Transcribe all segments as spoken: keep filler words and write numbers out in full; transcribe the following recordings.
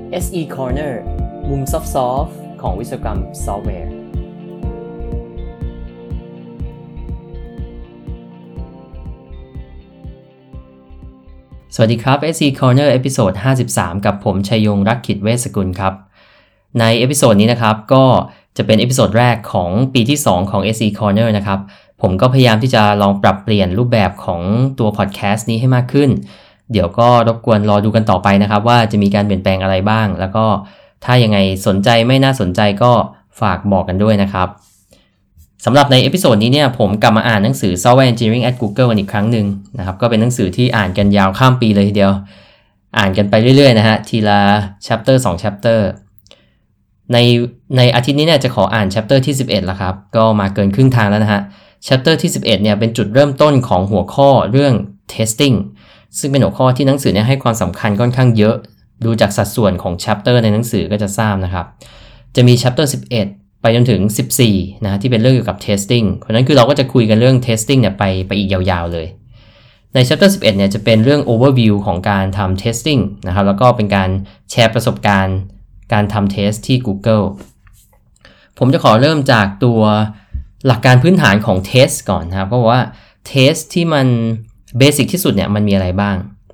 เอส อี Corner มุมซอฟต์ๆของวิศวกรรมซอฟต์แวร์สวัสดีครับ เอส อี Corner เอพิโซดห้าสิบสามกับผมชัยยงรักขิตเวชสกุลครับในเอพิโซดนี้นะครับก็จะเป็นเอพิโซดแรกของปีที่สองของ เอส อี Corner นะครับผมก็พยายามที่จะลองปรับเปลี่ยนรูปแบบของตัวพอดแคสต์นี้ให้มากขึ้นเดี๋ยวก็รบกวนรอดูกันต่อไปนะครับว่าจะมีการเปลี่ยนแปลงอะไรบ้างแล้วก็ถ้ายังไงสนใจไม่น่าสนใจก็ฝากบอกกันด้วยนะครับสำหรับในเอพิโซดนี้เนี่ยผมกลับมาอ่านหนังสือ Software Engineering at Google กันอีกครั้งหนึ่งนะครับก็เป็นหนังสือที่อ่านกันยาวข้ามปีเลยทีเดียวอ่านกันไปเรื่อยๆนะฮะทีละ chapter สอง chapter ในในอาทิตย์นี้เนี่ยจะขออ่าน chapter ที่สิบเอ็ดแล้วครับก็มาเกินครึ่งทางแล้วนะฮะ chapter ที่สิบเอ็ดเนี่ยเป็นจุดเริ่มต้นของหัวข้อเรื่อง testing ซึ่งเป็นหัวข้อที่หนังสือเนี่ยให้ความสำคัญค่อนข้างเยอะดูจากสัดส่วนของ chapter ในหนังสือก็จะทราบนะครับจะมี chapter สิบเอ็ดไปจนถึงสิบสี่นะที่เป็นเรื่องเกี่ยวกับ testing เพราะนั้นคือเราก็จะคุยกันเรื่อง testing เนี่ยไปไปอีกยาวๆเลยใน chapter สิบเอ็ดเนี่ยจะเป็นเรื่อง overview ของการทำ testing นะครับแล้วก็เป็นการแชร์ประสบการณ์การทำ test ที่ Google ผมจะขอเริ่มจากตัวหลักการพื้นฐานของ test ก่อนนะครับก็บอกว่า test ที่มัน basic ที่สุดเนี่ยมันมีอะไรบ้าง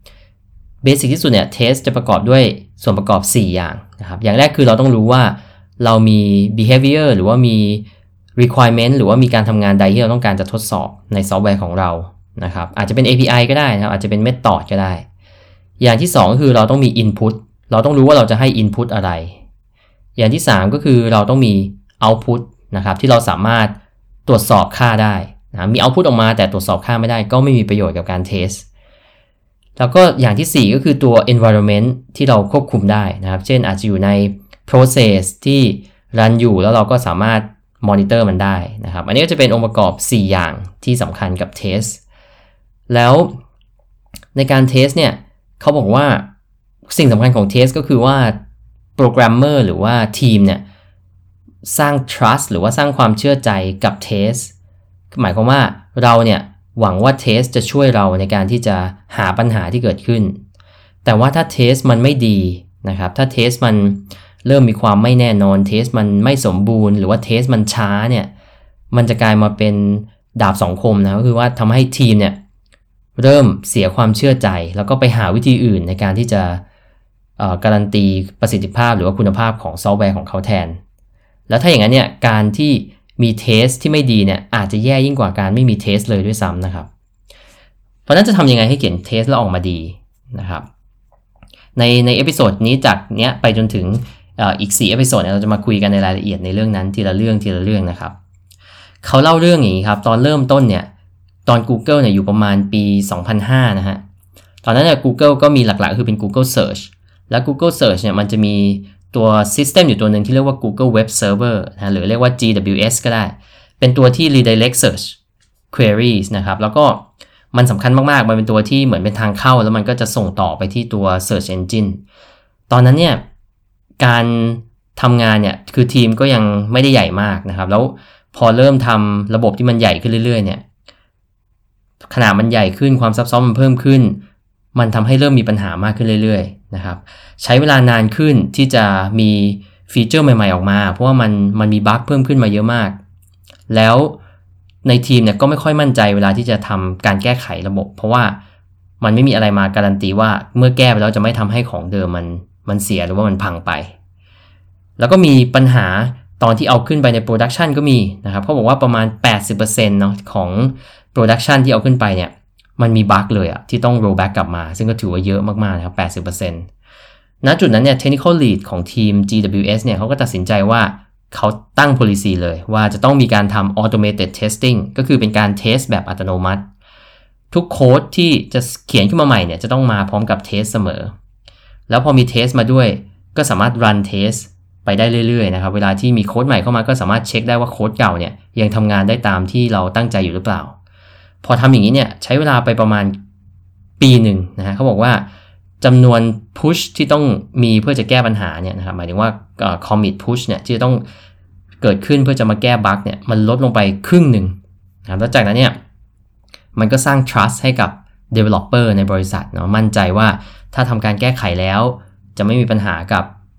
basic ที่สุดเนี่ย test จะประกอบด้วยส่วนประกอบสี่อย่างนะครับอย่างแรกคือเราต้องรู้ว่าเรามี behavior หรือว่ามี requirement หรือว่ามีการทำงานใดที่เราต้องการจะทดสอบในซอฟต์แวร์ของเรานะครับอาจจะเป็น เอ พี ไอ ก็ได้นะครับอาจจะเป็น method ก็ได้อย่างที่สองก็คือเราต้องมี input เราต้องรู้ว่าเราจะให้ input อะไรอย่างที่สามก็คือเราต้องมี output นะครับที่เราสามารถตรวจสอบค่าได้นะมี output ออกมาแต่ตรวจสอบค่าไม่ได้ก็ไม่มีประโยชน์กับการ test แล้วก็อย่างที่สี่ก็คือตัว environment ที่เราควบคุมได้นะครับเช่นอาจจะอยู่ในprocess ที่รันอยู่แล้วเราก็สามารถ monitor มันได้นะครับอันนี้ก็จะเป็นองค์ประกอบสี่อย่างที่สำคัญกับ test แล้วในการ test เนี่ยเขาบอกว่าสิ่งสำคัญของ test ก็คือว่าโปรแกรมเมอร์หรือว่าทีมเนี่ยสร้าง trust หรือว่าสร้างความเชื่อใจกับ test หมายความว่าเราเนี่ยหวังว่า test จะช่วยเราในการที่จะหาปัญหาที่เกิดขึ้นแต่ว่าถ้า test มันไม่ดีนะครับถ้า test มันเริ่มมีความไม่แน่นอนเทสมันไม่สมบูรณ์หรือว่าเทสมันช้าเนี่ยมันจะกลายมาเป็นดาบสองคมนะก็คือว่าทำให้ทีมเนี่ยเริ่มเสียความเชื่อใจแล้วก็ไปหาวิธีอื่นในการที่จะการันตีประสิทธิภาพหรือว่าคุณภาพของซอฟต์แวร์ของเขาแทนแล้วถ้าอย่างนั้นเนี่ยการที่มีเทสที่ไม่ดีเนี่ยอาจจะแย่ยิ่งกว่าการไม่มีเทสเลยด้วยซ้ำนะครับเพราะนั้นจะทำยังไงให้เขียนเทสแล้วออกมาดีนะครับในในเอพิโซดนี้จากเนี้ยไปจนถึงอีกสี่เอพิโซดเนี่ยเราจะมาคุยกันในรายละเอียดในเรื่องนั้นทีละเรื่องทีละเรื่องนะครับเขาเล่าเรื่องอย่างนี้ครับตอนเริ่มต้นเนี่ยตอน Google เนี่ยอยู่ประมาณปีสองพันห้านะฮะตอนนั้นเนี่ย Google ก็มีหลักๆคือเป็น Google Search และ Google Search เนี่ยมันจะมีตัว system อยู่ตัวหนึ่งที่เรียกว่า Google Web Server นะหรือเรียกว่า จี ดับเบิลยู เอส ก็ได้เป็นตัวที่ redirect search queries นะครับแล้วก็มันสำคัญมากๆมันเป็นตัวที่เหมือนเป็นทางเข้าแล้วมันก็จะส่งต่อไปที่ตัว search engine ตอนนั้นเนี่ยการทำงานเนี่ยคือทีมก็ยังไม่ได้ใหญ่มากนะครับแล้วพอเริ่มทำระบบที่มันใหญ่ขึ้นเรื่อยๆเนี่ยขนาดมันใหญ่ขึ้นความซับซ้อนมันเพิ่มขึ้นมันทำให้เริ่มมีปัญหามากขึ้นเรื่อยๆนะครับใช้เวลานานขึ้นที่จะมีฟีเจอร์ใหม่ๆออกมาเพราะว่ามันมันมีบั๊กเพิ่มขึ้นมาเยอะมากแล้วในทีมเนี่ยก็ไม่ค่อยมั่นใจเวลาที่จะทำการแก้ไขระบบเพราะว่ามันไม่มีอะไรมาการันตีว่าเมื่อแก้ไปแล้วจะไม่ทำให้ของเดิมมันมันเสียหรือว่ามันพังไปแล้วก็มีปัญหาตอนที่เอาขึ้นไปในโปรดักชันก็มีนะครับเขาบอกว่าประมาณ แปดสิบเปอร์เซ็นต์ เนาะของโปรดักชันที่เอาขึ้นไปเนี่ยมันมีบั๊กเลยอะที่ต้อง roll back กลับมาซึ่งก็ถือว่าเยอะมากๆนะครับ แปดสิบเปอร์เซ็นต์ ณ จุดนั้นเนี่ย technical lead ของทีม จี ดับเบิลยู เอส เนี่ยเขาก็ตัดสินใจว่าเขาตั้ง policy เลยว่าจะต้องมีการทำ automated testing ก็คือเป็นการ test แบบอัตโนมัติทุกโค้ดที่จะเขียนขึ้นมาใหม่เนี่ยจะต้องมาพร้อมกับ test เสมอแล้วพอมีเทสมาด้วยก็สามารถ run test ไปได้เรื่อยๆนะครับเวลาที่มีโค้ดใหม่เข้ามาก็สามารถเช็คได้ว่าโค้ดเก่าเนี่ยยังทำงานได้ตามที่เราตั้งใจอยู่หรือเปล่าพอทำอย่างนี้เนี่ยใช้เวลาไปประมาณปีหนึ่งนะฮะเขาบอกว่าจำนวน push ที่ต้องมีเพื่อจะแก้ปัญหาเนี่ยนะครับหมายถึงว่า commit push เนี่ยที่จะต้องเกิดขึ้นเพื่อจะมาแก้บั๊กเนี่ยมันลดลงไปครึ่งหนึ่งนะครับแล้วจากนั้นเนี่ยมันก็สร้าง trust ให้กับ developer ในบริษัทเนาะมั่นใจว่าถ้าทำการแก้ไขแล้วจะไม่มีปัญหากับ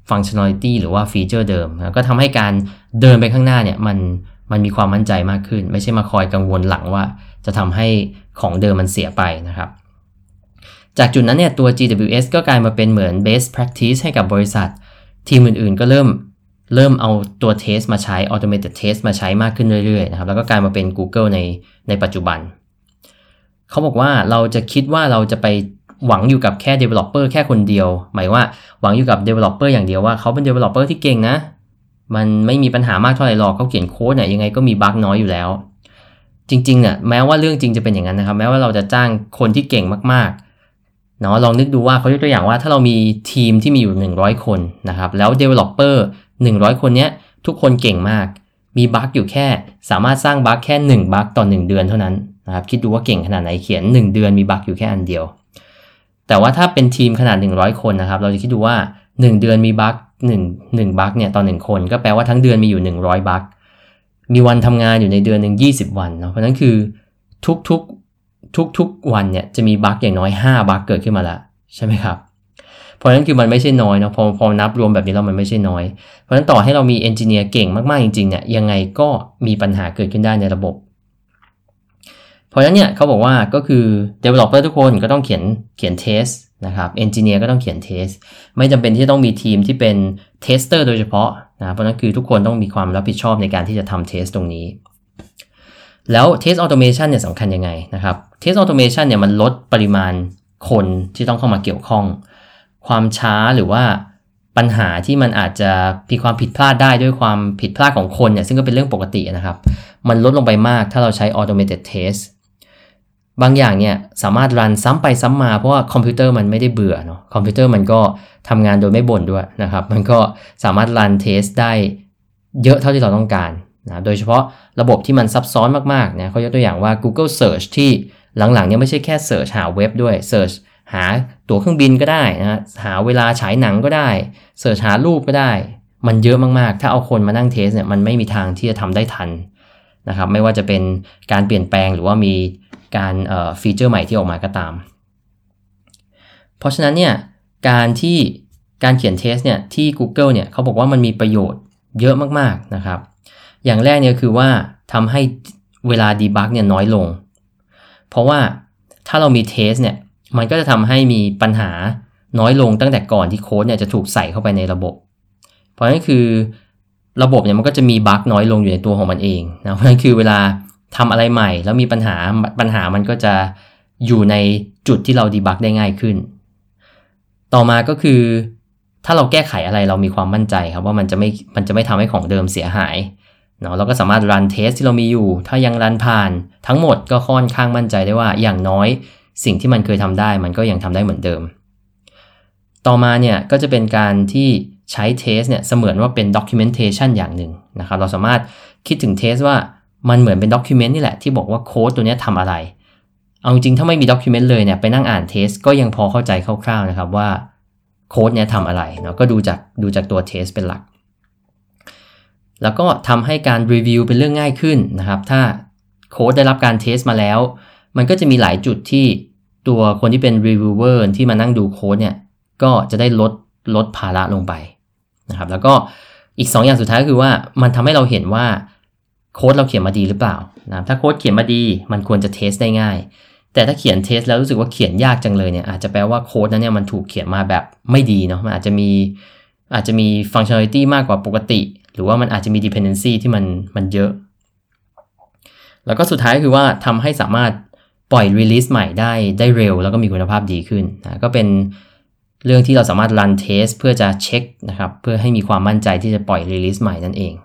functionality หรือว่าฟีเจอร์เดิมนะก็ทำให้การเดินไปข้างหน้าเนี่ยมันมันมีความมั่นใจมากขึ้นไม่ใช่มาคอยกังวลหลังว่าจะทำให้ของเดิมมันเสียไปนะครับจากจุดนั้นเนี่ยตัว จี ดับเบิลยู เอส ก็กลายมาเป็นเหมือน best practice ให้กับบริษัททีมอื่นๆก็เริ่มเริ่มเอาตัว test มาใช้ automated test มาใช้มากขึ้นเรื่อยๆนะครับแล้วก็กลายมาเป็น Google ในในปัจจุบันเขาบอกว่าเราจะคิดว่าเราจะไปหวังอยู่กับแค่ developer แค่คนเดียวหมายว่าหวังอยู่กับ developer อย่างเดียวว่าเขาเป็น developer ที่เก่งนะมันไม่มีปัญหามากเท่าไหร่หรอกเขาเขียนโค้ดเนี่ยยังไงก็มีบั๊กน้อยอยู่แล้วจริงๆเนี่ยแม้ว่าเรื่องจริงจะเป็นอย่างนั้นนะครับแม้ว่าเราจะจ้างคนที่เก่งมากๆเนาะลองนึกดูว่าเขายกตัวอย่างว่าถ้าเรามีทีมที่มีอยู่หนึ่งร้อยคนนะครับแล้ว developer หนึ่งร้อยคนเนี้ยทุกคนเก่งมากมีบั๊กอยู่แค่สามารถสร้างบั๊กแค่หนึ่งบั๊กต่อหนึ่งเดือนเท่านั้นนะครับคิดดูว่าเก่งขนาดไหนเขียนหนึ่งเดือนมีบั๊กอยู่แค่อันเดียวแต่ว่าถ้าเป็นทีมขนาดหนึ่งร้อยคนนะครับเราจะคิดดูว่าหนึ่งเดือนมีบั๊กหนึ่ง หนึ่งบั๊กเนี่ยต่อหนึ่งคนก็แปลว่าทั้งเดือนมีอยู่หนึ่งร้อยบั๊กมีวันทำงานอยู่ในเดือนนึงยี่สิบวันเนาะเพราะนั้นคือทุกๆทุกๆวันเนี่ยจะมีบั๊กอย่างน้อยห้าบั๊กเกิดขึ้นมาละใช่ไหมครับเพราะนั้นคือมันไม่ใช่น้อยเนาะพอพอนับรวมแบบนี้แล้วมันไม่ใช่น้อยเพราะนั้นต่อให้เรามีเอนจิเนียร์เก่งมากๆจริงๆเนี่ยยังไงก็มีปัญหาเกิดขึ้นได้ในระบบเพราะฉะนั้นเนี่ยเขาบอกว่าก็คือ developer ทุกคนก็ต้องเขียนเขียน test นะครับ engineer ก็ต้องเขียน test ไม่จำเป็นที่จะต้องมีทีมที่เป็น tester โดยเฉพาะนะเพราะนั้นคือทุกคนต้องมีความรับผิดชอบในการที่จะทำ test ตรงนี้แล้ว test automation เนี่ยสำคัญยังไงนะครับ test automation เนี่ยมันลดปริมาณคนที่ต้องเข้ามาเกี่ยวข้องความช้าหรือว่าปัญหาที่มันอาจจะมีความผิดพลาดได้ด้วยความผิดพลาดของคนเนี่ยซึ่งก็เป็นเรื่องปกตินะครับมันลดลงไปมากถ้าเราใช้ automated testบางอย่างเนี่ยสามารถรันซ้ำไปซ้ำมาเพราะว่าคอมพิวเตอร์มันไม่ได้เบื่อเนาะคอมพิวเตอร์มันก็ทำงานโดยไม่บ่นด้วยนะครับมันก็สามารถรันเทสได้เยอะเท่าที่เราต้องการนะโดยเฉพาะระบบที่มันซับซ้อนมากๆนะเขายกตัวอย่างว่า Google Search ที่หลังๆเนี่ยไม่ใช่แค่ Search หาเว็บด้วย Search หาตั๋วเครื่องบินก็ได้นะหาเวลาฉายหนังก็ได้ Search หารูปก็ได้มันเยอะมากๆถ้าเอาคนมานั่งเทสเนี่ยมันไม่มีทางที่จะทำได้ทันนะครับไม่ว่าจะเป็นการเปลี่ยนแปลงหรือว่ามีการเอ่อฟีเจอร์ใหม่ที่ออกมาก็ตามเพราะฉะนั้นเนี่ยการที่การเขียนเทสเนี่ยที่ Google เนี่ยเขาบอกว่ามันมีประโยชน์เยอะมากๆนะครับอย่างแรกเนี่ยคือว่าทำให้เวลาดีบักเนี่ยน้อยลงเพราะว่าถ้าเรามีเทสเนี่ยมันก็จะทำให้มีปัญหาน้อยลงตั้งแต่ก่อนที่โค้ดเนี่ยจะถูกใส่เข้าไปในระบบเพราะฉะนั้นคือระบบเนี่ยมันก็จะมีบั๊กน้อยลงอยู่ในตัวของมันเองนะเพราะฉะนั้นคือเวลาทำอะไรใหม่แล้วมีปัญหาปัญหามันก็จะอยู่ในจุดที่เราดีบักได้ง่ายขึ้นต่อมาก็คือถ้าเราแก้ไขอะไรเรามีความมั่นใจครับว่ามันจะไม่มันจะไม่ทำให้ของเดิมเสียหายเนาะเราก็สามารถรันเทสที่เรามีอยู่ถ้ายังรันผ่านทั้งหมดก็ค่อนข้างมั่นใจได้ว่าอย่างน้อยสิ่งที่มันเคยทำได้มันก็ยังทำได้เหมือนเดิมต่อมาเนี่ยก็จะเป็นการที่ใช้เทสเนี่ยเสมือนว่าเป็น documentation อย่างหนึ่งนะครับเราสามารถคิดถึงเทสว่ามันเหมือนเป็น document นี่แหละที่บอกว่าโค้ดตัวนี้ทำอะไรเอาจริงๆถ้าไม่มี document เลยเนี่ยไปนั่งอ่านเทสก็ยังพอเข้าใจคร่าวๆนะครับว่าโค้ดเนี่ยทำอะไรเนาะก็ดูจากดูจากตัวเทสเป็นหลักแล้วก็ทำให้การรีวิวเป็นเรื่องง่ายขึ้นนะครับถ้าโค้ดได้รับการเทสมาแล้วมันก็จะมีหลายจุดที่ตัวคนที่เป็น reviewer ที่มานั่งดูโค้ดเนี่ยก็จะได้ลดลดภาระลงไปนะครับแล้วก็อีกสองอย่างสุดท้ายก็คือว่ามันทำให้เราเห็นว่าโค้ดเราเขียนมาดีหรือเปล่านะถ้าโค้ดเขียนมาดีมันควรจะเทสได้ง่ายแต่ถ้าเขียนเทสแล้วรู้สึกว่าเขียนยากจังเลยเนี่ยอาจจะแปลว่าโค้ดนั้นเนี่ยมันถูกเขียนมาแบบไม่ดีเนาะมันอาจจะมีอาจจะมี functionality มากกว่าปกติหรือว่ามันอาจจะมี dependency ที่มันมันเยอะแล้วก็สุดท้ายคือว่าทำให้สามารถปล่อย release ใหม่ได้ได้เร็วแล้วก็มีคุณภาพดีขึ้นนะก็เป็นเรื่องที่เราสามารถ run test เพื่อจะเช็คนะครับเพื่อให้มีความมั่นใจที่จะปล่อย release ใหม่นั่นเอง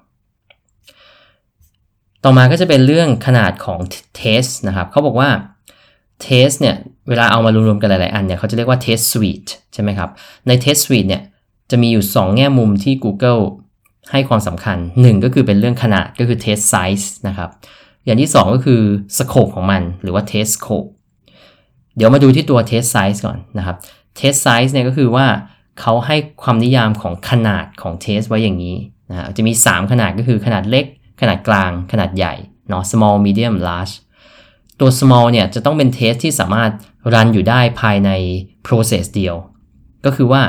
ต่อมาก็จะเป็นเรื่องขนาดของ test นะครับเขาบอกว่า test เนี่ยเวลาเอามารวมๆกันหลายๆอันเนี่ยเขาจะเรียกว่า test suite ใช่ไหมครับใน test suite เนี่ยจะมีอยู่สองแง่มุมที่ Google ให้ความสำคัญหนึ่งก็คือเป็นเรื่องขนาดก็คือ test size นะครับอย่างที่สองก็คือ scope ของมันหรือว่า test scope เดี๋ยวมาดูที่ตัว test size ก่อนนะครับ test size เนี่ยก็คือว่าเขาให้ความนิยามของขนาดของ test ไว้อย่างนี้นะจะมีสามขนาดก็คือขนาดเล็กขนาดกลางขนาดใหญ่เนาะ small medium large ตัว small เนี่ยจะต้องเป็น test ที่สามารถรันอยู่ได้ภายใน process เดียวก็คือว่า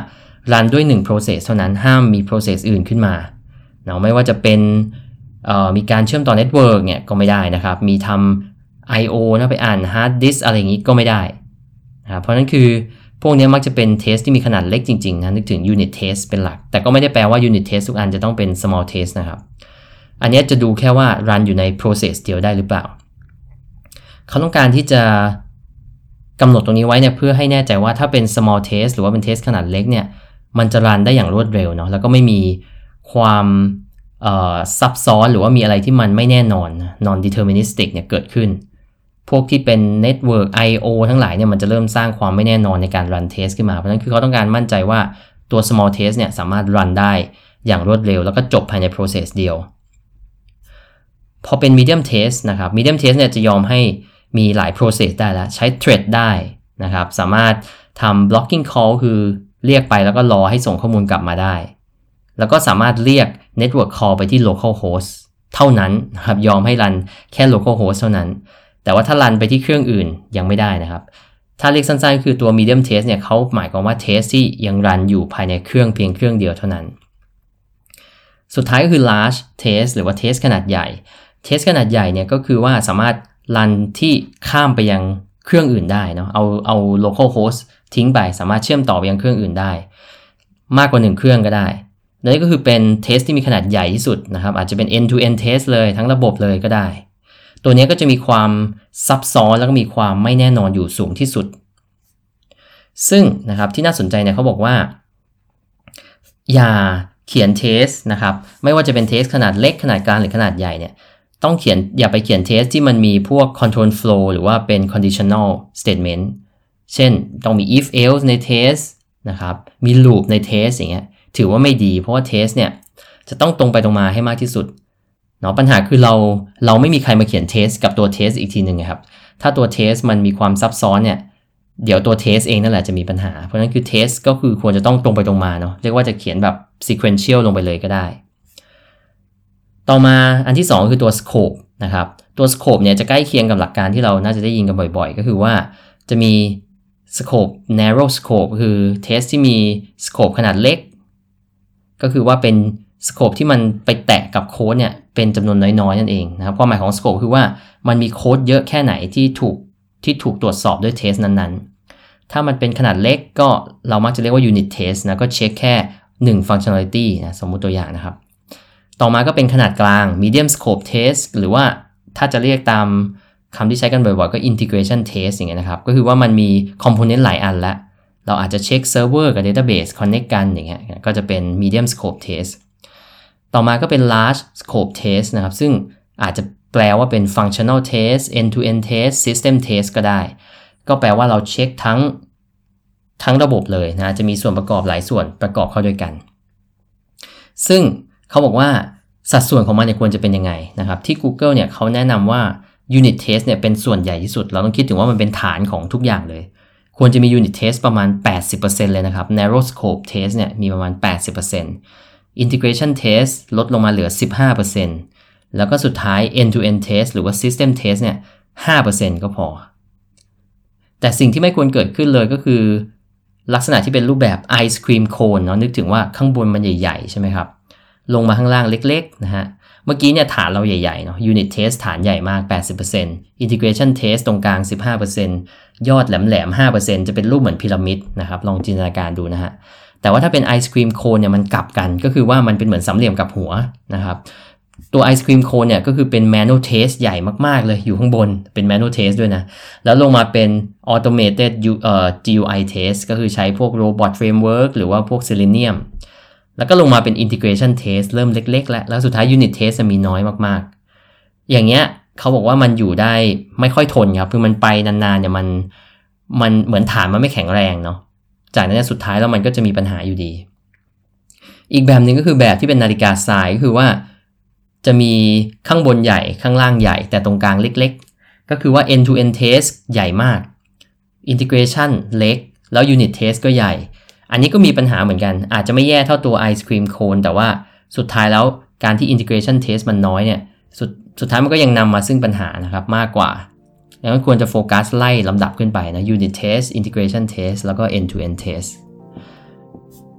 รันด้วยหนึ่ง process เท่านั้นห้ามมี process อื่นขึ้นมาเนาะไม่ว่าจะเป็นมีการเชื่อมต่อ network เนี่ยก็ไม่ได้นะครับมีทำ ไอ โอ นะไปอ่าน hard disk อะไรอย่างนี้ก็ไม่ได้นะครับเพราะนั้นคือพวกนี้มักจะเป็น test ที่มีขนาดเล็กจริงๆนะนึกถึง unit test เป็นหลักแต่ก็ไม่ได้แปลว่า unit test ทุกอันจะต้องเป็น small test นะครับอันนี้จะดูแค่ว่า run อยู่ใน process เดียวได้หรือเปล่าเขาต้องการที่จะกำหนดตรงนี้ไว้เนี่ยเพื่อให้แน่ใจว่าถ้าเป็น small test หรือว่าเป็น test ขนาดเล็กเนี่ยมันจะ run ได้อย่างรวดเร็วเนาะแล้วก็ไม่มีความซับซ้อนหรือว่ามีอะไรที่มันไม่แน่นอน non deterministic เนี่ยเกิดขึ้นพวกที่เป็น network ไอ โอ ทั้งหลายเนี่ยมันจะเริ่มสร้างความไม่แน่นอนในการ run test ขึ้นมาเพราะฉะนั้นคือเขาต้องการมั่นใจว่าตัว small test เนี่ยสามารถ run ได้อย่างรวดเร็วแล้วก็จบภายใน process เดียวพอเป็น medium test นะครับ medium test เนี่ยจะยอมให้มีหลาย process ได้แล้วใช้ thread ได้นะครับสามารถทำ blocking call คือเรียกไปแล้วก็รอให้ส่งข้อมูลกลับมาได้แล้วก็สามารถเรียก network call ไปที่ local host เท่านั้นนะครับยอมให้รันแค่ local host เท่านั้นแต่ว่าถ้ารันไปที่เครื่องอื่นยังไม่ได้นะครับถ้าเรียกสั้นๆคือตัว medium test เนี่ยเขาหมายความว่า test ที่ยังรันอยู่ภายในเครื่องเพียงเครื่องเดียวเท่านั้นสุดท้ายก็คือ large test หรือว่า test ขนาดใหญ่ test ขนาดใหญ่เนี่ยก็คือว่าสามารถรันที่ข้ามไปยังเครื่องอื่นได้เนาะเอาเอา local host ทิ้งไปสามารถเชื่อมต่อไปยังเครื่องอื่นได้มากกว่าหนึ่งเครื่องก็ได้นั่นก็คือเป็น test ที่มีขนาดใหญ่ที่สุดนะครับอาจจะเป็น end to end test เลยทั้งระบบเลยก็ได้ตัวนี้ก็จะมีความซับซ้อนแล้วก็มีความไม่แน่นอนอยู่สูงที่สุดซึ่งนะครับที่น่าสนใจเนี่ยเขาบอกว่าอย่าเขียน test นะครับไม่ว่าจะเป็น test ขนาดเล็กขนาดกลางหรือขนาดใหญ่เนี่ยต้องเขียนอย่าไปเขียน test ที่มันมีพวก control flow หรือว่าเป็น conditional statement เช่นต้องมี if else ใน test นะครับมี loop ใน test อย่างเงี้ยถือว่าไม่ดีเพราะว่า test เนี่ยจะต้องตรงไปตรงมาให้มากที่สุดเนาะปัญหาคือเราเราไม่มีใครมาเขียน test กับตัว test อีกทีนึงครับถ้าตัว test มันมีความซับซ้อนเนี่ยเดี๋ยวตัว test เองนั่นแหละจะมีปัญหาเพราะฉะนั้นคือ test ก็คือควรจะต้องตรงไปตรงมาเนาะเรียกว่าจะเขียนแบบ sequential ลงไปเลยก็ได้ต่อมาอันที่สองคือตัว scope นะครับตัว scope เนี่ยจะใกล้เคียงกับหลักการที่เราน่าจะได้ยินกันบ่อยๆก็คือว่าจะมี scope narrow scope คือ test ที่มี scope ขนาดเล็กก็คือว่าเป็น scope ที่มันไปแตะกับโค้ดเนี่ยเป็นจำนวนน้อยๆนั่นเองนะครับความหมายของ scope คือว่ามันมีโค้ดเยอะแค่ไหนที่ถูกที่ถูกตรวจสอบด้วย test นั้นๆถ้ามันเป็นขนาดเล็กก็เรามักจะเรียกว่า unit test นะก็เช็คแค่หนึ่ง functionality นะสมมุติตัวอย่างนะครับต่อมาก็เป็นขนาดกลาง medium scope test หรือว่าถ้าจะเรียกตามคำที่ใช้กันบ่อยๆก็ integration test อย่างเงี้ยนะครับก็คือว่ามันมี component หลายอันแล้วเราอาจจะเช็ค server กับ database connect กันอย่างเงี้ยก็จะเป็น medium scope test ต่อมาก็เป็น large scope test นะครับซึ่งอาจจะแปลว่าเป็น functional test end to end test system test ก็ได้ก็แปลว่าเราเช็คทั้งทั้งระบบเลยนะจะมีส่วนประกอบหลายส่วนประกอบเข้าด้วยกันซึ่งเขาบอกว่าสัดส่วนของมันเนี่ยควรจะเป็นยังไงนะครับที่ Google เนี่ยเขาแนะนำว่า unit test เนี่ยเป็นส่วนใหญ่ที่สุดเราต้องคิดถึงว่ามันเป็นฐานของทุกอย่างเลยควรจะมี unit test ประมาณ แปดสิบเปอร์เซ็นต์ เลยนะครับ narrow scope test เนี่ยมีประมาณ แปดสิบเปอร์เซ็นต์ integration test ลดลงมาเหลือ สิบห้าเปอร์เซ็นต์ แล้วก็สุดท้าย end to end test หรือว่า system test เนี่ย ห้าเปอร์เซ็นต์ ก็พอแต่สิ่งที่ไม่ควรเกิดขึ้นเลยก็คือลักษณะที่เป็นรูปแบบ ice cream cone เนาะนึกถึงว่าข้างบนมันใหญ่ๆใช่ไหมครับลงมาข้างล่างเล็กๆนะฮะเมื่อกี้เนี่ยฐานเราใหญ่ๆเนาะ unit test ฐานใหญ่มาก แปดสิบเปอร์เซ็นต์ integration test ตรงกลาง สิบห้าเปอร์เซ็นต์ ยอดแหลมๆ ห้าเปอร์เซ็นต์ จะเป็นรูปเหมือนพีระมิดนะครับลองจินตนาการดูนะฮะแต่ว่าถ้าเป็นไอศครีมโคนเนี่ยมันกลับกันก็คือว่ามันเป็นเหมือนสามเหลี่ยมกับหัวนะครับตัวไอศครีมโคนเนี่ยก็คือเป็น manual test ใหญ่มากๆเลยอยู่ข้างบนเป็น manual test ด้วยนะแล้วลงมาเป็น automated เอ่อ จี ยู ไอ test ก็คือใช้พวก robot framework หรือว่าพวก seleniumแล้วก็ลงมาเป็น integration test เริ่มเล็กๆแล้วแล้วสุดท้าย unit test จะมีน้อยมากๆอย่างเงี้ยเขาบอกว่ามันอยู่ได้ไม่ค่อยทนครับคือมันไปนานๆเนี่ยมันมันเหมือนฐานมันไม่แข็งแรงเนาะจากนั้นสุดท้ายแล้วมันก็จะมีปัญหาอยู่ดีอีกแบบนึงก็คือแบบที่เป็นนาฬิกาทรายก็คือว่าจะมีข้างบนใหญ่ข้างล่างใหญ่แต่ตรงกลางเล็กๆก็คือว่า end to end test ใหญ่มาก integration เล็กแล้ว unit test ก็ใหญ่อันนี้ก็มีปัญหาเหมือนกันอาจจะไม่แย่เท่าตัว ice cream cone แต่ว่าสุดท้ายแล้วการที่ integration test มันน้อยเนี่ยสุดสุดท้ายมันก็ยังนำมาซึ่งปัญหานะครับมากกว่าดังนั้นควรจะโฟกัสไล่ลำดับขึ้นไปนะ unit test integration test แล้วก็ end to end test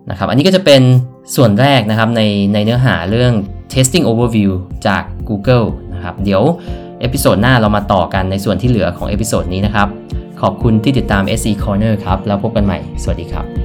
นะครับอันนี้ก็จะเป็นส่วนแรกนะครับในในเนื้อหาเรื่อง testing overview จาก Google นะครับเดี๋ยวเอพิโซดหน้าเรามาต่อกันในส่วนที่เหลือของเอพิโซดนี้นะครับขอบคุณที่ติดตาม เอส อี Corner ครับแล้วพบกันใหม่สวัสดีครับ